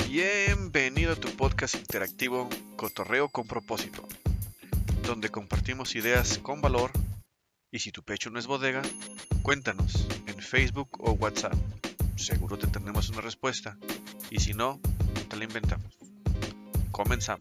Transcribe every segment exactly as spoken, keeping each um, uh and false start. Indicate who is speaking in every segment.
Speaker 1: Bienvenido a tu podcast interactivo Cotorreo con Propósito, donde compartimos ideas con valor y si tu pecho no es bodega, cuéntanos en Facebook o WhatsApp. Seguro te tendremos una respuesta y si no, te la inventamos. Comenzamos.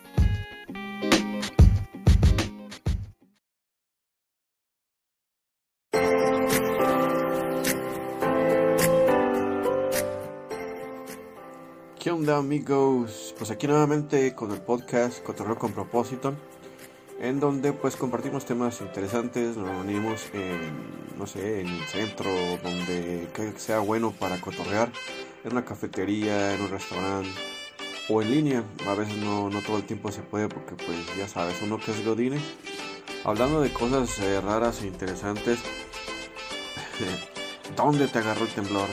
Speaker 1: ¿Qué onda, amigos? Pues aquí nuevamente con el podcast Cotorreo con Propósito, en donde pues compartimos temas interesantes, nos reunimos en, no sé, en el centro, donde que sea bueno para cotorrear, en una cafetería, en un restaurante o en línea. A veces no, no todo el tiempo se puede porque pues ya sabes, uno que es godine, hablando de cosas eh, raras e interesantes. ¿Dónde te agarró el temblor?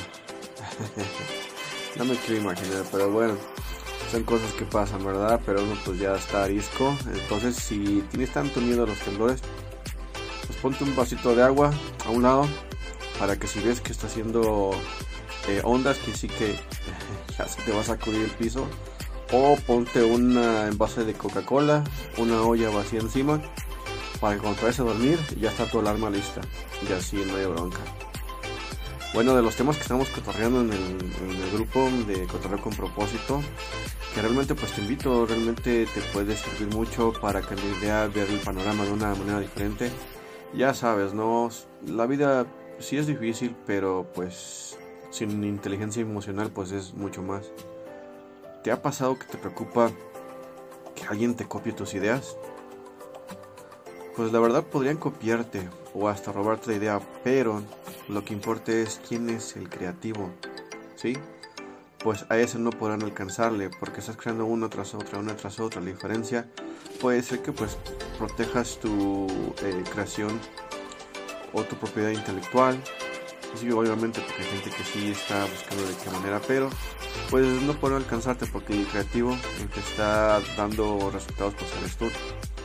Speaker 1: No me quiero imaginar, pero bueno, son cosas que pasan, ¿verdad? Pero uno pues ya está arisco. Entonces, si tienes tanto miedo a los temblores, pues ponte un vasito de agua a un lado, para que si ves que está haciendo eh, ondas, que sí que ya se te va a sacudir el piso, o ponte un envase de Coca-Cola, una olla vacía encima, para que cuando te vayas a dormir ya está tu alarma lista, y así no hay bronca. Bueno, de los temas que estamos cotorreando en el, en el grupo de Cotorreo con Propósito, que realmente pues te invito, realmente te puede servir mucho para que la idea ver el panorama de una manera diferente. Ya sabes, ¿no? La vida sí es difícil, pero pues sin inteligencia emocional pues es mucho más. ¿Te ha pasado que te preocupa que alguien te copie tus ideas? Pues la verdad podrían copiarte o hasta robarte la idea, pero lo que importa es quién es el creativo, ¿sí? Pues a ese no podrán alcanzarle porque estás creando una tras otra, una tras otra. La diferencia puede ser que pues protejas tu eh, creación o tu propiedad intelectual. Sí, obviamente porque hay gente que sí está buscando de qué manera, pero pues no podrán alcanzarte porque el creativo, el que está dando resultados, pues eres tú.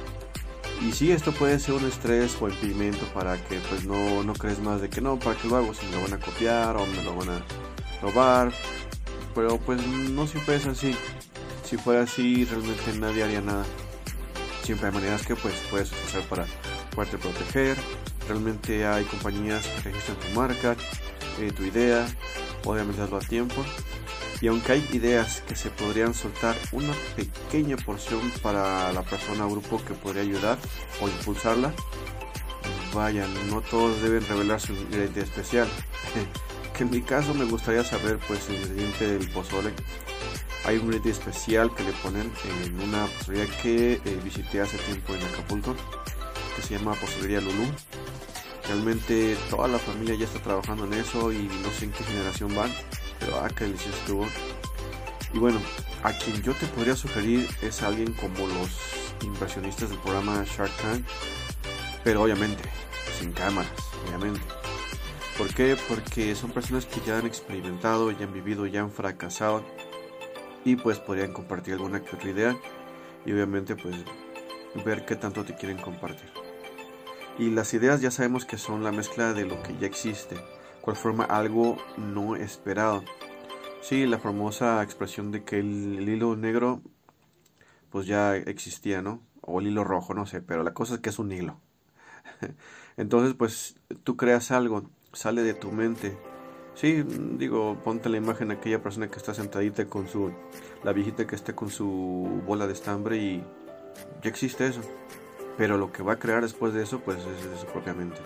Speaker 1: Y sí, esto puede ser un estrés o impedimento para que pues no, no crees más de que no, para que lo hago, si me lo van a copiar o me lo van a robar. Pero pues no siempre es así. Si fuera así, realmente nadie haría nada. Siempre hay maneras que pues puedes utilizar para poderte proteger. Realmente hay compañías que registran tu marca, eh, tu idea, obviamente hazlo a tiempo. Y aunque hay ideas que se podrían soltar una pequeña porción para la persona o grupo que podría ayudar o impulsarla, vaya, no todos deben revelar su ingrediente especial. Que en mi caso me gustaría saber pues el ingrediente del pozole. Hay un ingrediente especial que le ponen en una pozolería que eh, visité hace tiempo en Acapulco, que se llama Pozolería Lulú. Realmente toda la familia ya está trabajando en eso y no sé en qué generación van, pero ah, qué delicioso estuvo. Y bueno, a quien yo te podría sugerir es alguien como los inversionistas del programa Shark Tank, pero obviamente sin cámaras, obviamente. ¿Por qué? Porque son personas que ya han experimentado, ya han vivido, ya han fracasado y pues podrían compartir alguna que otra idea y obviamente pues ver qué tanto te quieren compartir. Y las ideas ya sabemos que son la mezcla de lo que ya existe, cual forma algo no esperado. Sí, la famosa expresión de que el, el hilo negro pues ya existía, ¿no? O el hilo rojo, no sé, pero la cosa es que es un hilo. Entonces pues tú creas algo, sale de tu mente. Sí, digo, ponte la imagen de aquella persona que está sentadita con su, la viejita que está con su bola de estambre y ya existe eso. Pero lo que va a crear después de eso pues es de su propia mente.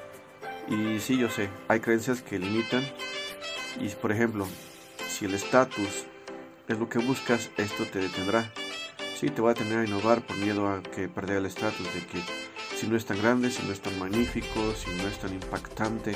Speaker 1: Y sí, yo sé, hay creencias que limitan. Y por ejemplo, si el estatus es lo que buscas, esto te detendrá. Sí, te va a tener a innovar por miedo a que perder el estatus, de que si no es tan grande, si no es tan magnífico, si no es tan impactante,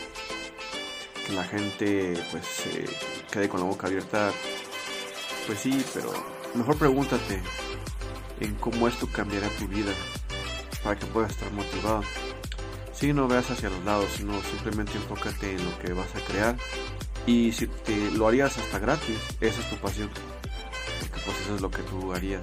Speaker 1: que la gente pues se quede con la boca abierta. Pues sí, pero mejor pregúntate en cómo esto cambiará tu vida para que puedas estar motivado. Si no veas hacia los lados, sino simplemente enfócate en lo que vas a crear. Y si te lo harías hasta gratis, esa es tu pasión, porque pues eso es lo que tú harías.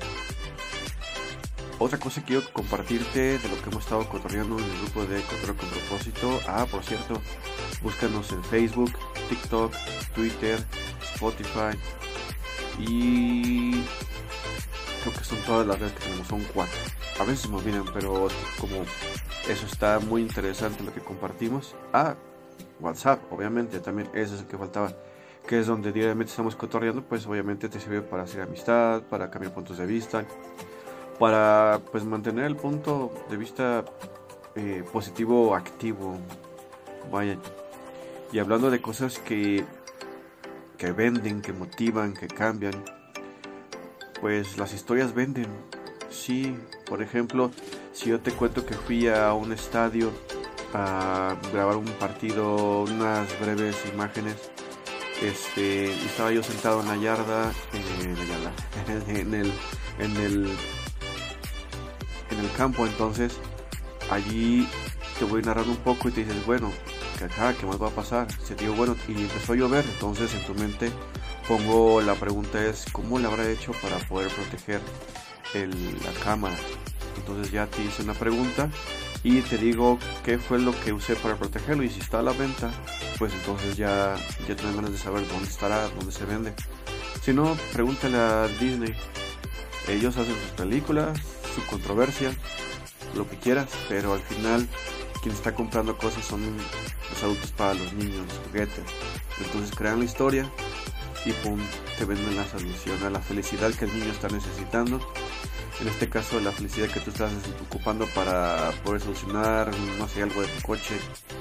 Speaker 1: Otra cosa que quiero compartirte de lo que hemos estado cotorreando en el grupo de Cotorreo con Propósito. Ah, por cierto, búscanos en Facebook, TikTok, Twitter, Spotify Y creo que son todas las redes que tenemos, son cuatro. A veces me olvidan, pero como eso está muy interesante lo que compartimos. Ah, WhatsApp, obviamente, también ese es el que faltaba, que es donde diariamente estamos cotorreando. Pues obviamente te sirve para hacer amistad, para cambiar puntos de vista, para pues mantener el punto de vista eh, positivo activo. Vaya. Y hablando de cosas que que venden, que motivan, que cambian, pues las historias venden. Sí, por ejemplo, si yo te cuento que fui a un estadio a grabar un partido, unas breves imágenes, este, estaba yo sentado en la yarda, en la yarda, en el, en el, en el campo. Entonces allí te voy narrando un poco y te dices, bueno, que acá, ¿qué más va a pasar? Se te digo, bueno, y empezó a llover. Entonces en tu mente pongo la pregunta es, ¿cómo le habrá hecho para poder proteger el, la cámara? Entonces ya te hice una pregunta y te digo qué fue lo que usé para protegerlo, y si está a la venta, pues entonces ya, ya tenés ganas de saber dónde estará, dónde se vende. Si no, pregúntale a Disney. Ellos hacen sus películas, su controversia, lo que quieras, pero al final quien está comprando cosas son los adultos para los niños, los juguetes. Entonces crean la historia y pum, te venden la solución a la felicidad que el niño está necesitando. En este caso, la felicidad que tú estás ocupando para poder solucionar, no sé, algo de tu coche,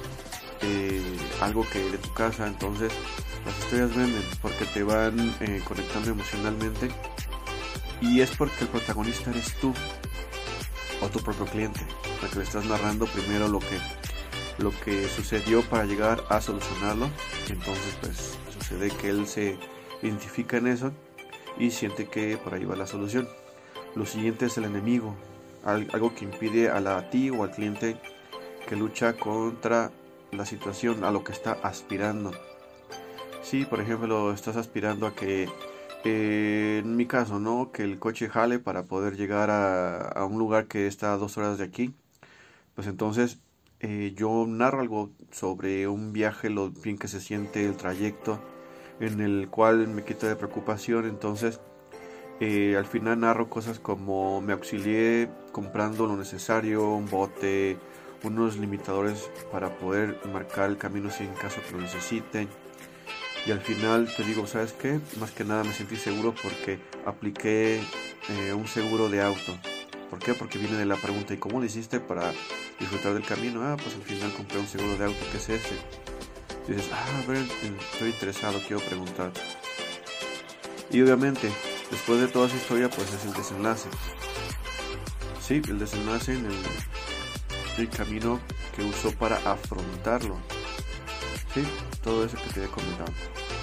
Speaker 1: eh, algo que de tu casa. Entonces las historias venden porque te van eh, conectando emocionalmente, y es porque el protagonista eres tú o tu propio cliente, porque le estás narrando primero lo que lo que sucedió para llegar a solucionarlo. Entonces pues sucede que él se identifica en eso y siente que por ahí va la solución. Lo siguiente es el enemigo, algo que impide a, la, a ti o al cliente que lucha contra la situación, a lo que está aspirando. Si, por ejemplo, estás aspirando a que, eh, en mi caso, ¿no?, que el coche jale para poder llegar a, a un lugar que está a dos horas de aquí, pues entonces eh, yo narro algo sobre un viaje, lo bien que se siente el trayecto, en el cual me quita de preocupación. Entonces eh, al final narro cosas como me auxilié comprando lo necesario, un bote, unos limitadores para poder marcar el camino si en caso que lo necesiten. Y al final te digo, ¿sabes qué? Más que nada me sentí seguro porque apliqué eh, un seguro de auto. ¿Por qué? Porque viene de la pregunta, ¿y cómo lo hiciste para disfrutar del camino? Ah, pues al final compré un seguro de auto, ¿qué es ese? Y dices, ah, a ver, estoy interesado, quiero preguntar. Y obviamente, después de toda esa historia, pues es el desenlace. Sí, el desenlace en el, el camino que usó para afrontarlo. Sí, todo eso que te he comentado.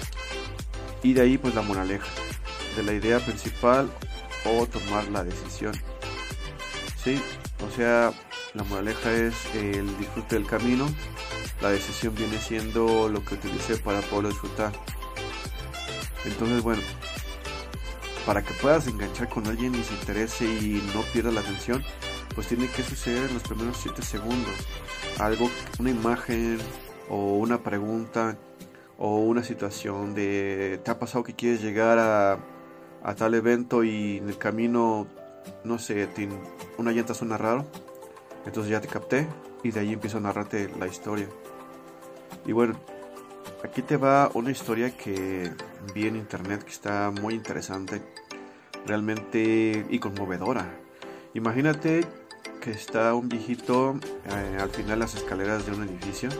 Speaker 1: Y de ahí pues la moraleja de la idea principal o tomar la decisión. Sí, o sea, la moraleja es el disfrute del camino. La decisión viene siendo lo que utilicé para poder disfrutar. Entonces, bueno, para que puedas enganchar con alguien y se interese y no pierda la atención, pues tiene que suceder en los primeros siete segundos. Algo, una imagen o una pregunta o una situación de ¿te ha pasado que quieres llegar a, a tal evento y en el camino, no sé, te, una llanta suena raro? Entonces ya te capté y de ahí empiezo a narrarte la historia. Y bueno, aquí te va una historia que vi en internet que está muy interesante, realmente, y conmovedora. Imagínate que está un viejito eh, al final de las escaleras de un edificio,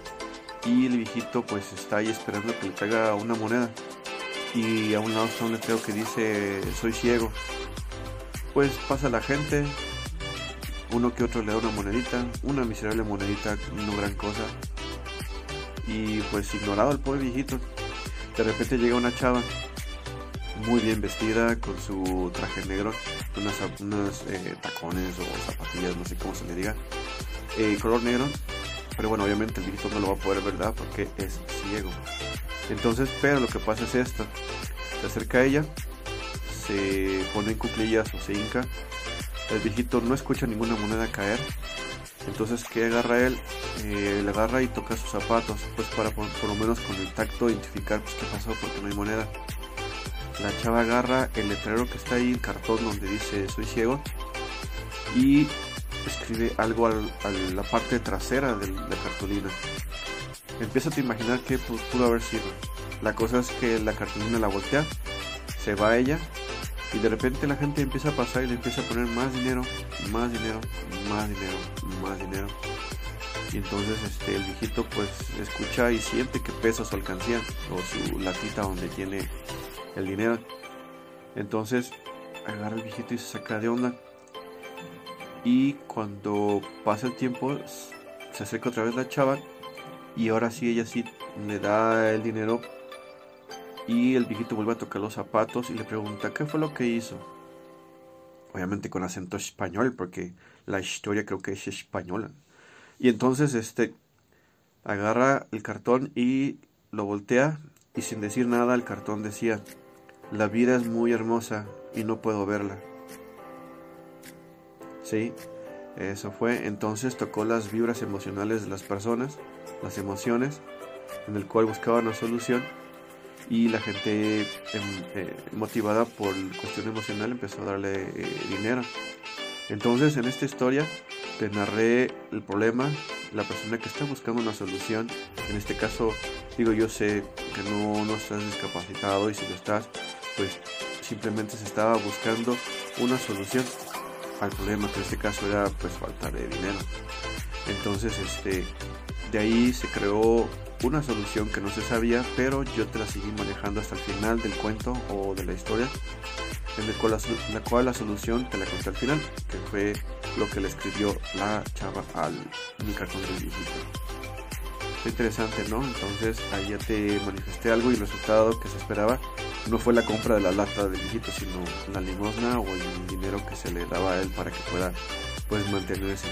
Speaker 1: y el viejito pues está ahí esperando que le traiga una moneda, y a un lado está un letrero que dice soy ciego. Pues pasa la gente, uno que otro le da una monedita, una miserable monedita, no gran cosa, y pues ignorado el pobre viejito. De repente llega una chava muy bien vestida con su traje negro, unas, unos eh, tacones o zapatillas, no sé cómo se le diga, eh, color negro. Pero bueno, obviamente el viejito no lo va a poder ver, ¿verdad? Porque es ciego. Entonces, pero lo que pasa es esto: se acerca a ella, se pone en cuclillas o se hinca. El viejito no escucha ninguna moneda caer. Entonces, ¿qué agarra él? Eh, le agarra y toca sus zapatos, pues para por, por lo menos con el tacto identificar pues qué pasó, porque no hay moneda. la chava agarra el letrero que está ahí, el cartón donde dice soy ciego, y escribe algo al, a la parte trasera de la cartulina. Empieza a imaginar que pues, pudo haber sido. La cosa es que la cartulina la voltea, se va a ella, y de repente la gente empieza a pasar y le empieza a poner más dinero, más dinero, más dinero, más dinero. Y entonces este, el viejito pues escucha y siente que pesa su alcancía o su latita donde tiene el dinero. Entonces agarra el viejito y se saca de onda. Y cuando pasa el tiempo se acerca otra vez la chava, y ahora sí ella sí le da el dinero, y el viejito vuelve a tocar los zapatos y le pregunta qué fue lo que hizo. Obviamente con acento español, porque la historia creo que es española. Y entonces este agarra el cartón y lo voltea, y sin decir nada el cartón decía: la vida es muy hermosa y no puedo verla. Sí, eso fue. Entonces tocó las vibras emocionales de las personas, las emociones, en el cual buscaba una solución, y la gente eh, eh, motivada por cuestión emocional empezó a darle eh, dinero. Entonces en esta historia te narré el problema, la persona que está buscando una solución. En este caso, digo, yo sé que no, no estás discapacitado, y si lo estás, pues simplemente se estaba buscando una solución al problema, que en este caso era pues falta de dinero. Entonces este de ahí se creó una solución que no se sabía, pero yo te la seguí manejando hasta el final del cuento o de la historia, en el cual la, la cual la solución te la conté al final, que fue lo que le escribió la chava al mi cartón del viejito. Está interesante, ¿no? Entonces ahí ya te manifesté algo, y el resultado que se esperaba no fue la compra de la lata del viejito, sino la limosna o el dinero que se le daba a él para que pueda pues mantenerse.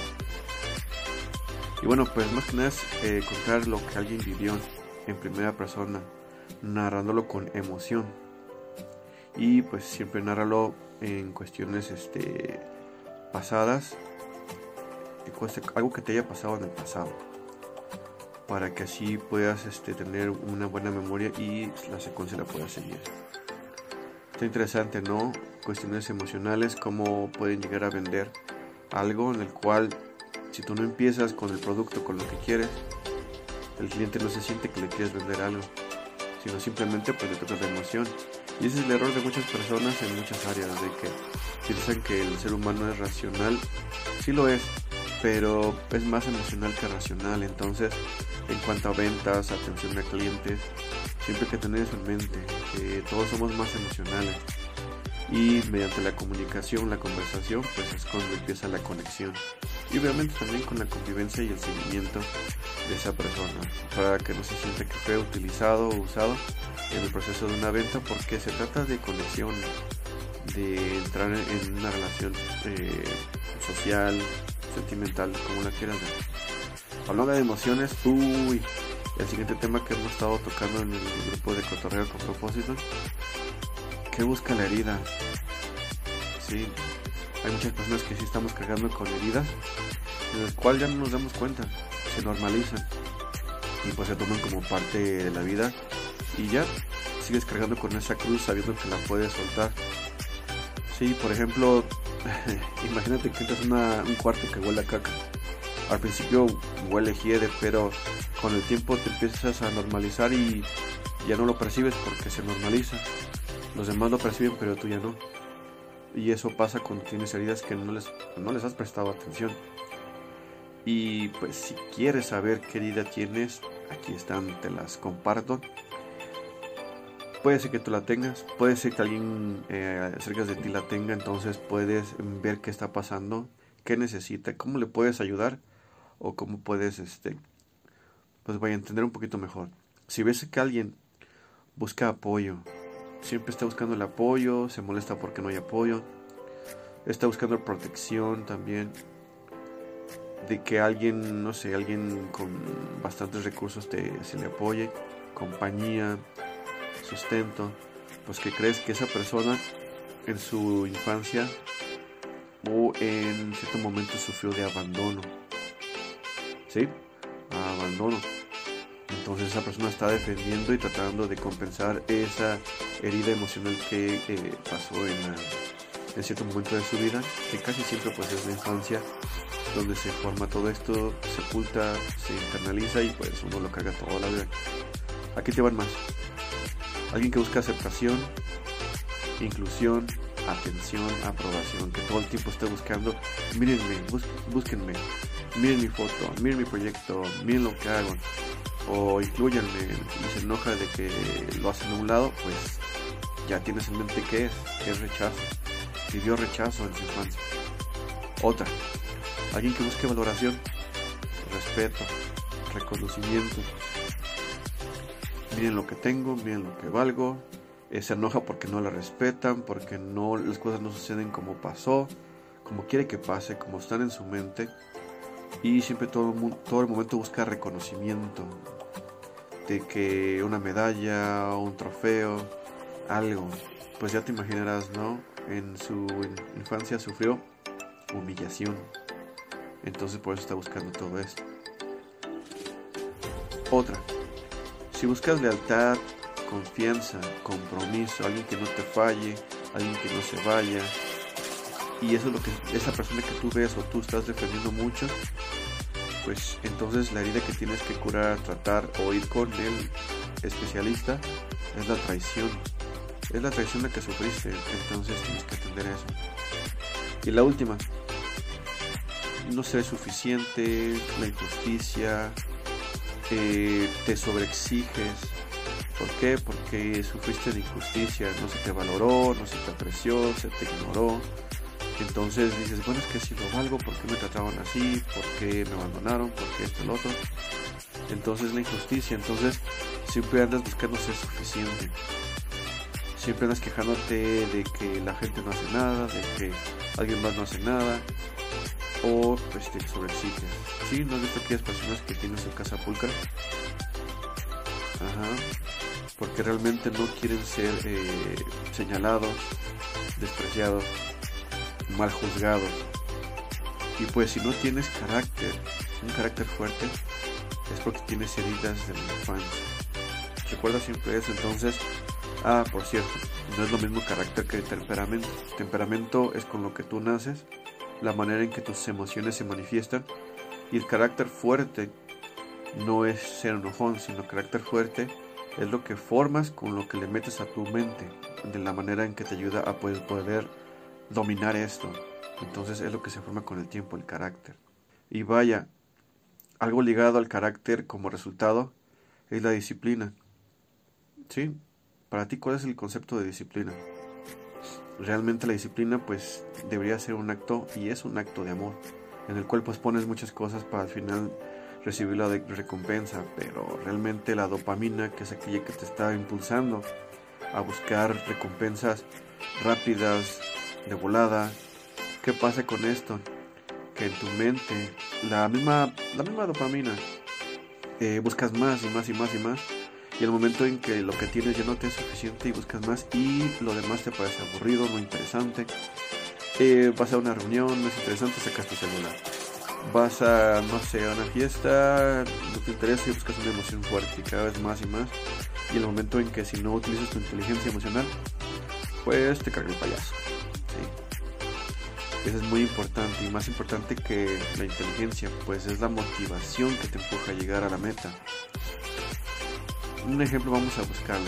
Speaker 1: Y bueno, pues más que nada es eh, contar lo que alguien vivió en primera persona, narrándolo con emoción. Y pues siempre nárralo en cuestiones este, pasadas, algo que te haya pasado en el pasado, para que así puedas este, tener una buena memoria y la secuencia la puedas seguir. Está interesante, ¿no? Cuestiones emocionales, cómo pueden llegar a vender algo en el cual, si tú no empiezas con el producto, con lo que quieres, el cliente no se siente que le quieres vender algo, sino simplemente pues le tocas la emoción. Y ese es el error de muchas personas en muchas áreas, de que piensan que el ser humano es racional. Sí lo es, pero es más emocional que racional. Entonces, en cuanto a ventas, atención a clientes, siempre hay que tener eso en mente, que todos somos más emocionales, y mediante la comunicación, la conversación, pues es cuando empieza la conexión, y obviamente también con la convivencia y el seguimiento de esa persona, para que no se sienta que fue utilizado o usado en el proceso de una venta, porque se trata de conexión, de entrar en una relación eh, social, sentimental, como la quieras ver. Hablando de emociones, uy, el siguiente tema que hemos estado tocando en el grupo de Cotorreo con Propósito: ¿qué busca la herida? Sí, hay muchas personas que sí estamos cargando con heridas, en las cuales ya no nos damos cuenta, se normalizan y pues se toman como parte de la vida, y ya sigues cargando con esa cruz sabiendo que la puedes soltar. Sí, por ejemplo, imagínate que entras a un cuarto que huele a caca. Al principio huele hiede, pero con el tiempo te empiezas a normalizar y ya no lo percibes porque se normaliza. Los demás lo perciben, pero tú ya no. Y eso pasa cuando tienes heridas que no les, no les has prestado atención. Y pues si quieres saber qué herida tienes, aquí están, te las comparto. Puede ser que tú la tengas, puede ser que alguien eh, cerca de ti la tenga, entonces puedes ver qué está pasando, qué necesita, cómo le puedes ayudar, o cómo puedes, este, pues vaya a entender un poquito mejor. Si ves que alguien busca apoyo, siempre está buscando el apoyo, se molesta porque no hay apoyo, está buscando protección también, de que alguien, no sé, alguien con bastantes recursos te, se le apoye, compañía, sustento, pues que crees que esa persona en su infancia o en cierto momento sufrió de abandono, ¿sí? Abandono. Entonces esa persona está defendiendo y tratando de compensar esa herida emocional que eh, pasó en, la, en cierto momento de su vida, que casi siempre pues es la infancia, donde se forma todo esto, se oculta, se internaliza y pues uno lo carga toda la vida. Aquí te van más. Alguien que busca aceptación, inclusión, atención, aprobación, que todo el tiempo esté buscando, mírenme, bus búsquenme, miren mi foto, miren mi proyecto, miren lo que hago, o incluyanme, y se enoja de que lo hacen a un lado, pues ya tienes en mente qué es, qué es rechazo, vivió rechazo en su infancia. Otra, alguien que busque valoración, respeto, reconocimiento, miren lo que tengo, miren lo que valgo. Eh, se enoja porque no la respetan, porque no, las cosas no suceden como pasó, como quiere que pase, como están en su mente, y siempre todo, todo el momento busca reconocimiento, de que una medalla, un trofeo, algo. Pues ya te imaginarás, ¿no? En su infancia sufrió humillación, entonces por eso está buscando todo esto. Otra, si buscas lealtad, confianza, compromiso, alguien que no te falle, alguien que no se vaya, y eso es lo que esa persona que tú ves o tú estás defendiendo mucho, pues entonces la herida que tienes que curar, tratar o ir con el especialista es la traición. Es la traición la que sufriste, entonces tienes que atender eso. Y la última, no ser suficiente, la injusticia, eh, te sobreexiges. ¿Por qué? Porque sufriste de injusticia, no se te valoró, no se te apreció, se te ignoró. Entonces dices, bueno, es que si lo valgo, ¿por qué me trataban así? ¿Por qué me abandonaron? ¿Por qué esto y lo otro? Entonces la injusticia, entonces siempre andas buscando ser suficiente. Siempre andas quejándote de que la gente no hace nada, de que alguien más no hace nada, o pues te sobreexiges. ¿Sí? ¿No has visto aquellas personas que tienen su casa pulcra? Ajá. Porque realmente no quieren ser eh, señalados, despreciados, mal juzgados. Y pues si no tienes carácter, un carácter fuerte, es porque tienes heridas de la infancia. Recuerda siempre eso. Entonces, ah, por cierto, no es lo mismo carácter que temperamento. Temperamento es con lo que tú naces, la manera en que tus emociones se manifiestan, y el carácter fuerte no es ser enojón, sino carácter fuerte es lo que formas con lo que le metes a tu mente, de la manera en que te ayuda a poder, poder dominar esto. Entonces es lo que se forma con el tiempo, el carácter. Y vaya, algo ligado al carácter como resultado es la disciplina. ¿Sí? Para ti, ¿cuál es el concepto de disciplina? Realmente la disciplina pues debería ser un acto, y es un acto de amor, en el cual pues pones muchas cosas para al final recibir la de recompensa, pero realmente la dopamina, que es aquella que te está impulsando a buscar recompensas rápidas, de volada. ¿Qué pasa con esto? Que en tu mente, la misma, la misma dopamina, eh, buscas más y más y más y más, y el momento en que lo que tienes ya no te es suficiente y buscas más, y lo demás te parece aburrido, no interesante, eh, vas a una reunión, no es interesante, sacas tu celular. Vas a, no sé, a una fiesta, no te interesa y buscas una emoción fuerte, y cada vez más y más, y el momento en que si no utilizas tu inteligencia emocional, pues te carga el payaso. ¿Sí? Eso es muy importante, y más importante que la inteligencia, pues es la motivación que te empuja a llegar a la meta. Un ejemplo, vamos a buscarlo.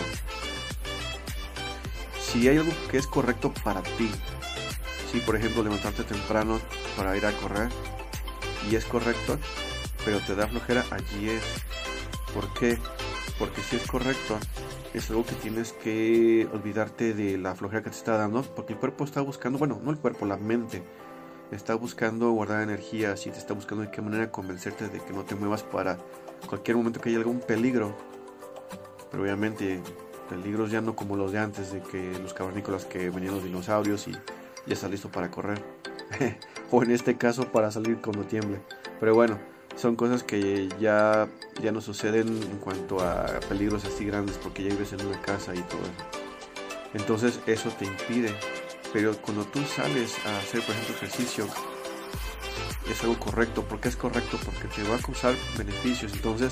Speaker 1: Si hay algo que es correcto para ti, si por ejemplo levantarte temprano para ir a correr, y es correcto, pero te da flojera, allí es. ¿Por qué? Porque si es correcto, es algo que tienes que olvidarte de la flojera que te está dando, porque el cuerpo está buscando, bueno, no el cuerpo, la mente está buscando guardar energía, así te está buscando de qué manera convencerte de que no te muevas para cualquier momento que haya algún peligro. Pero obviamente peligros ya no como los de antes, de que los cavernícolas, que venían los dinosaurios y ya está listo para correr. O en este caso para salir cuando tiemble. Pero bueno, son cosas que ya, ya no suceden en cuanto a peligros así grandes, porque ya vives en una casa y todo eso. Entonces eso te impide. Pero cuando tú sales a hacer, por ejemplo, ejercicio, es algo correcto. ¿Por qué es correcto? Porque te va a causar beneficios. Entonces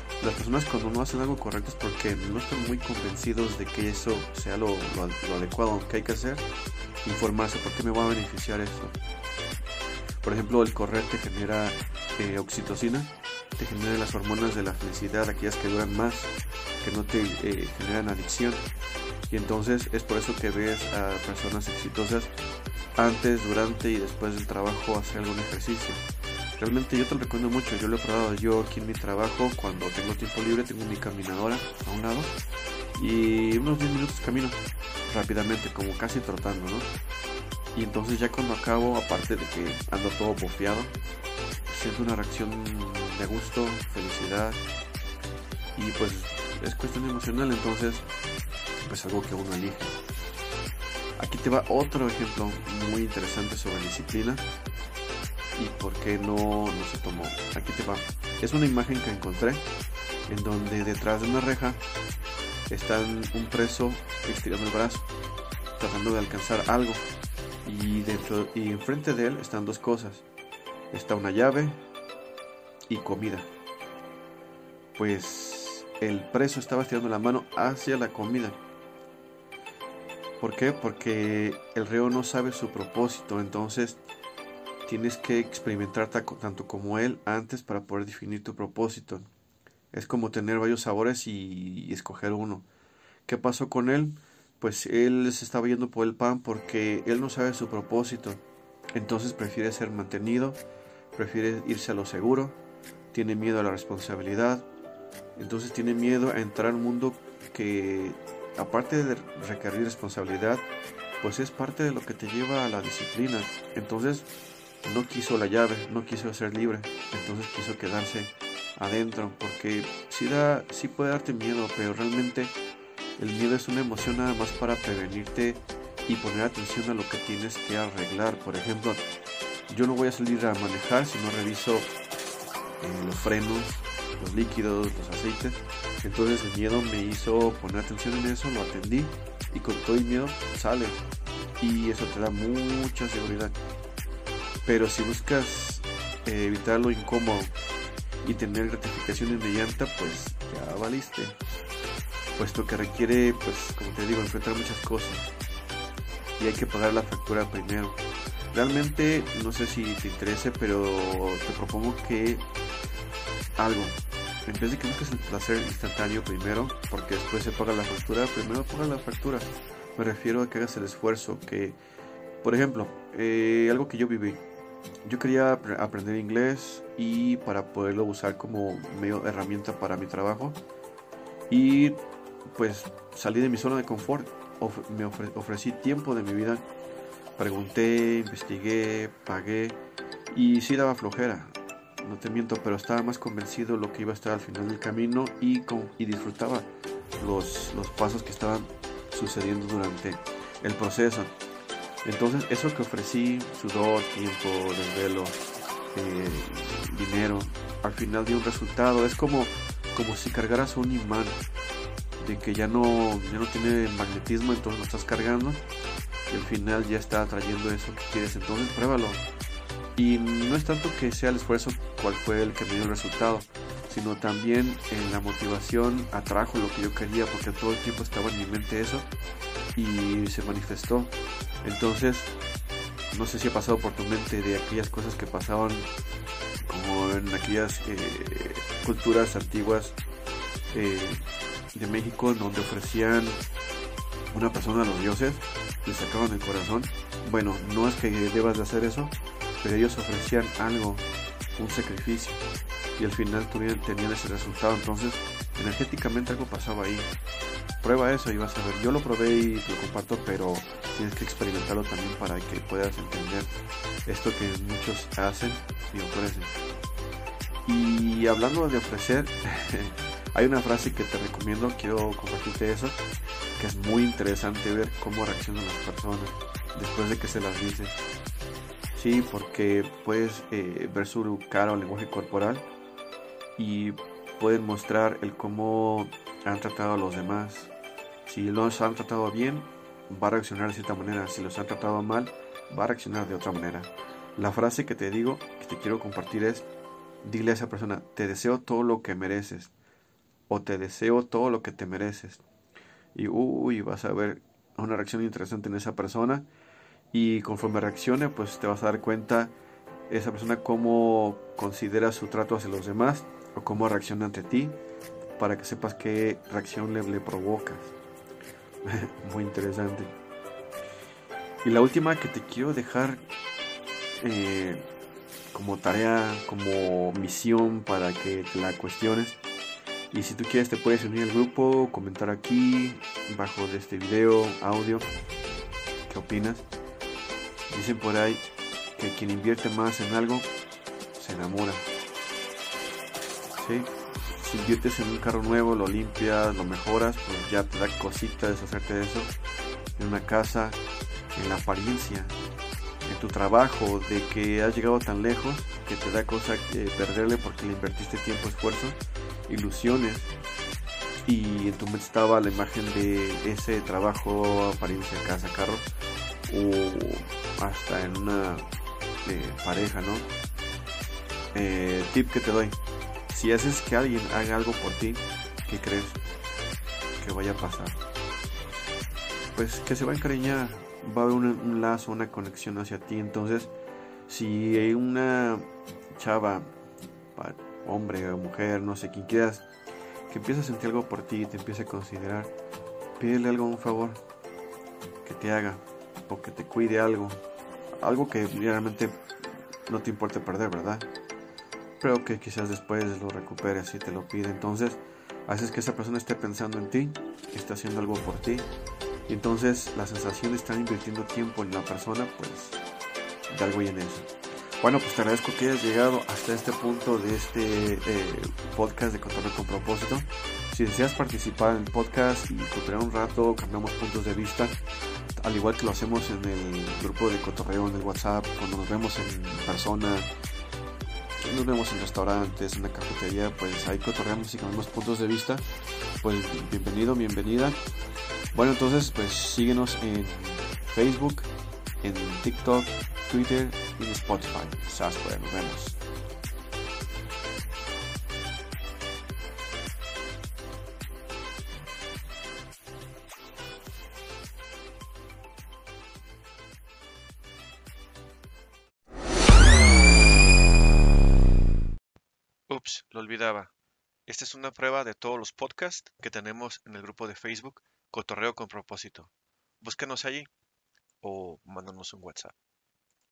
Speaker 1: Las personas cuando no hacen algo correcto es porque no están muy convencidos de que eso sea lo, lo, lo adecuado que hay que hacer. Informarse, ¿por qué me va a beneficiar esto? Por ejemplo, el correr te genera eh, oxitocina, te genera las hormonas de la felicidad, aquellas que duran más, que no te eh, generan adicción. Y entonces es por eso que ves a personas exitosas antes, durante y después del trabajo hacer algún ejercicio. Realmente yo te lo recomiendo mucho, yo lo he probado. Yo aquí en mi trabajo, cuando tengo tiempo libre, tengo mi caminadora a un lado y unos diez minutos camino rápidamente, como casi trotando, ¿no? Y entonces ya cuando acabo, aparte de que ando todo bofeado, siento una reacción de gusto, felicidad, y pues es cuestión emocional, entonces pues algo que uno elige. Aquí te va otro ejemplo muy interesante sobre disciplina y por qué no, no se tomó. Aquí te va. Es una imagen que encontré en donde detrás de una reja está un preso estirando el brazo, tratando de alcanzar algo, y dentro y enfrente de él están dos cosas. Está una llave y comida. Pues el preso estaba estirando la mano hacia la comida. ¿Por qué? Porque el reo no sabe su propósito, entonces tienes que experimentar tanto como él antes para poder definir tu propósito. Es como tener varios sabores y, y escoger uno. ¿Qué pasó con él? Pues él se estaba yendo por el pan porque él no sabe su propósito. Entonces prefiere ser mantenido, prefiere irse a lo seguro, tiene miedo a la responsabilidad. Entonces tiene miedo a entrar a un mundo que, aparte de requerir responsabilidad, pues es parte de lo que te lleva a la disciplina. Entonces no quiso la llave, no quiso ser libre, entonces quiso quedarse adentro, porque sí, da, sí puede darte miedo, pero realmente el miedo es una emoción nada más para prevenirte y poner atención a lo que tienes que arreglar. Por ejemplo, yo no voy a salir a manejar si no reviso eh, los frenos, los líquidos, los aceites. Entonces el miedo me hizo poner atención en eso, lo atendí y con todo el miedo sale, y eso te da mucha seguridad. Pero si buscas eh, evitar lo incómodo y tener gratificación inmediata, pues ya valiste, puesto que requiere, pues como te digo, enfrentar muchas cosas y hay que pagar la factura primero. Realmente no sé si te interese, pero te propongo que algo, en vez de que busques el placer instantáneo primero, porque después se paga la factura, primero paga la factura. Me refiero a que hagas el esfuerzo, que, por ejemplo, eh, algo que yo viví. Yo quería aprender inglés y para poderlo usar como medio herramienta para mi trabajo, y pues salí de mi zona de confort, of- me ofre- ofrecí tiempo de mi vida, pregunté, investigué, pagué, y sí daba flojera, no te miento, pero estaba más convencido de lo que iba a estar al final del camino, y, con, y disfrutaba los, los pasos que estaban sucediendo durante el proceso. Entonces eso que ofrecí, sudor, tiempo, desvelo, eh, dinero, al final dio un resultado. Es como, como si cargaras un imán, de que ya no, ya no tiene magnetismo, entonces lo estás cargando y al final ya está trayendo eso que quieres. Entonces pruébalo. Y no es tanto que sea el esfuerzo cuál fue el que me dio el resultado, sino también en la motivación atrajo lo que yo quería, porque todo el tiempo estaba en mi mente eso y se manifestó. Entonces, no sé si ha pasado por tu mente de aquellas cosas que pasaban como en aquellas eh, culturas antiguas eh, de México, en donde ofrecían una persona a los dioses, le sacaban el corazón. Bueno, no es que debas de hacer eso, pero ellos ofrecían algo, un sacrificio, y al final tuvieron, tenían ese resultado. Entonces energéticamente algo pasaba ahí. Prueba eso y vas a ver. Yo lo probé y te lo comparto, pero tienes que experimentarlo también para que puedas entender esto que muchos hacen y ofrecen. Y hablando de ofrecer, hay una frase que te recomiendo, quiero compartirte eso, que es muy interesante ver cómo reaccionan las personas después de que se las dices. Sí, porque puedes eh, ver su cara o lenguaje corporal y pueden mostrar el cómo han tratado a los demás. Si los han tratado bien, va a reaccionar de cierta manera. Si los han tratado mal, va a reaccionar de otra manera. La frase que te digo, que te quiero compartir es: dile a esa persona, te deseo todo lo que mereces. o te deseo todo lo que te mereces. Y uy, vas a ver una reacción interesante en esa persona. Y conforme reaccione, pues te vas a dar cuenta esa persona cómo considera su trato hacia los demás o cómo reacciona ante ti, para que sepas qué reacción le, le provocas. Muy interesante. Y la última que te quiero dejar eh, como tarea, como misión para que te la cuestiones. Y si tú quieres te puedes unir al grupo, comentar aquí, bajo de este video, audio, qué opinas. Dicen por ahí que quien invierte más en algo, se enamora. ¿Sí? Si inviertes en un carro nuevo, lo limpias, lo mejoras, pues ya te da cosita deshacerte de eso. En una casa, en la apariencia, en tu trabajo, de que has llegado tan lejos que te da cosa eh, perderle porque le invertiste tiempo, esfuerzo, ilusiones, y en tu mente estaba la imagen de ese trabajo, apariencia, casa, carro, o hasta en una eh, pareja, ¿no? Eh, tip que te doy: si haces que alguien haga algo por ti, ¿qué crees que vaya a pasar? Pues que se va a encariñar, va a haber un, un lazo, una conexión hacia ti. Entonces, si hay una chava, hombre o mujer, no sé, quien quieras, que empieza a sentir algo por ti y te empieza a considerar, pídele algo, un favor que te haga, o que te cuide algo, algo que realmente no te importe perder, ¿verdad? Pero que quizás después lo recuperes si te lo pide. Entonces, haces que esa persona esté pensando en ti, está haciendo algo por ti, y entonces la sensación de estar invirtiendo tiempo en la persona, pues de algo y en eso. Bueno, pues te agradezco que hayas llegado hasta este punto de este eh, podcast de Cotorreo con Propósito. Si deseas participar en el podcast y cooperar un rato, cambiamos puntos de vista, al igual que lo hacemos en el grupo de Cotorreo en el WhatsApp, cuando nos vemos en persona, nos vemos en restaurantes, en la cafetería, pues ahí cotorreamos y cambiamos puntos de vista. Pues bienvenido, bienvenida. Bueno, entonces pues síguenos en Facebook, en TikTok, Twitter y en Spotify. Sasquatch, nos vemos.
Speaker 2: Ups, lo olvidaba. Esta es una prueba de todos los podcasts que tenemos en el grupo de Facebook Cotorreo con Propósito. Búscanos allí o mándanos un WhatsApp.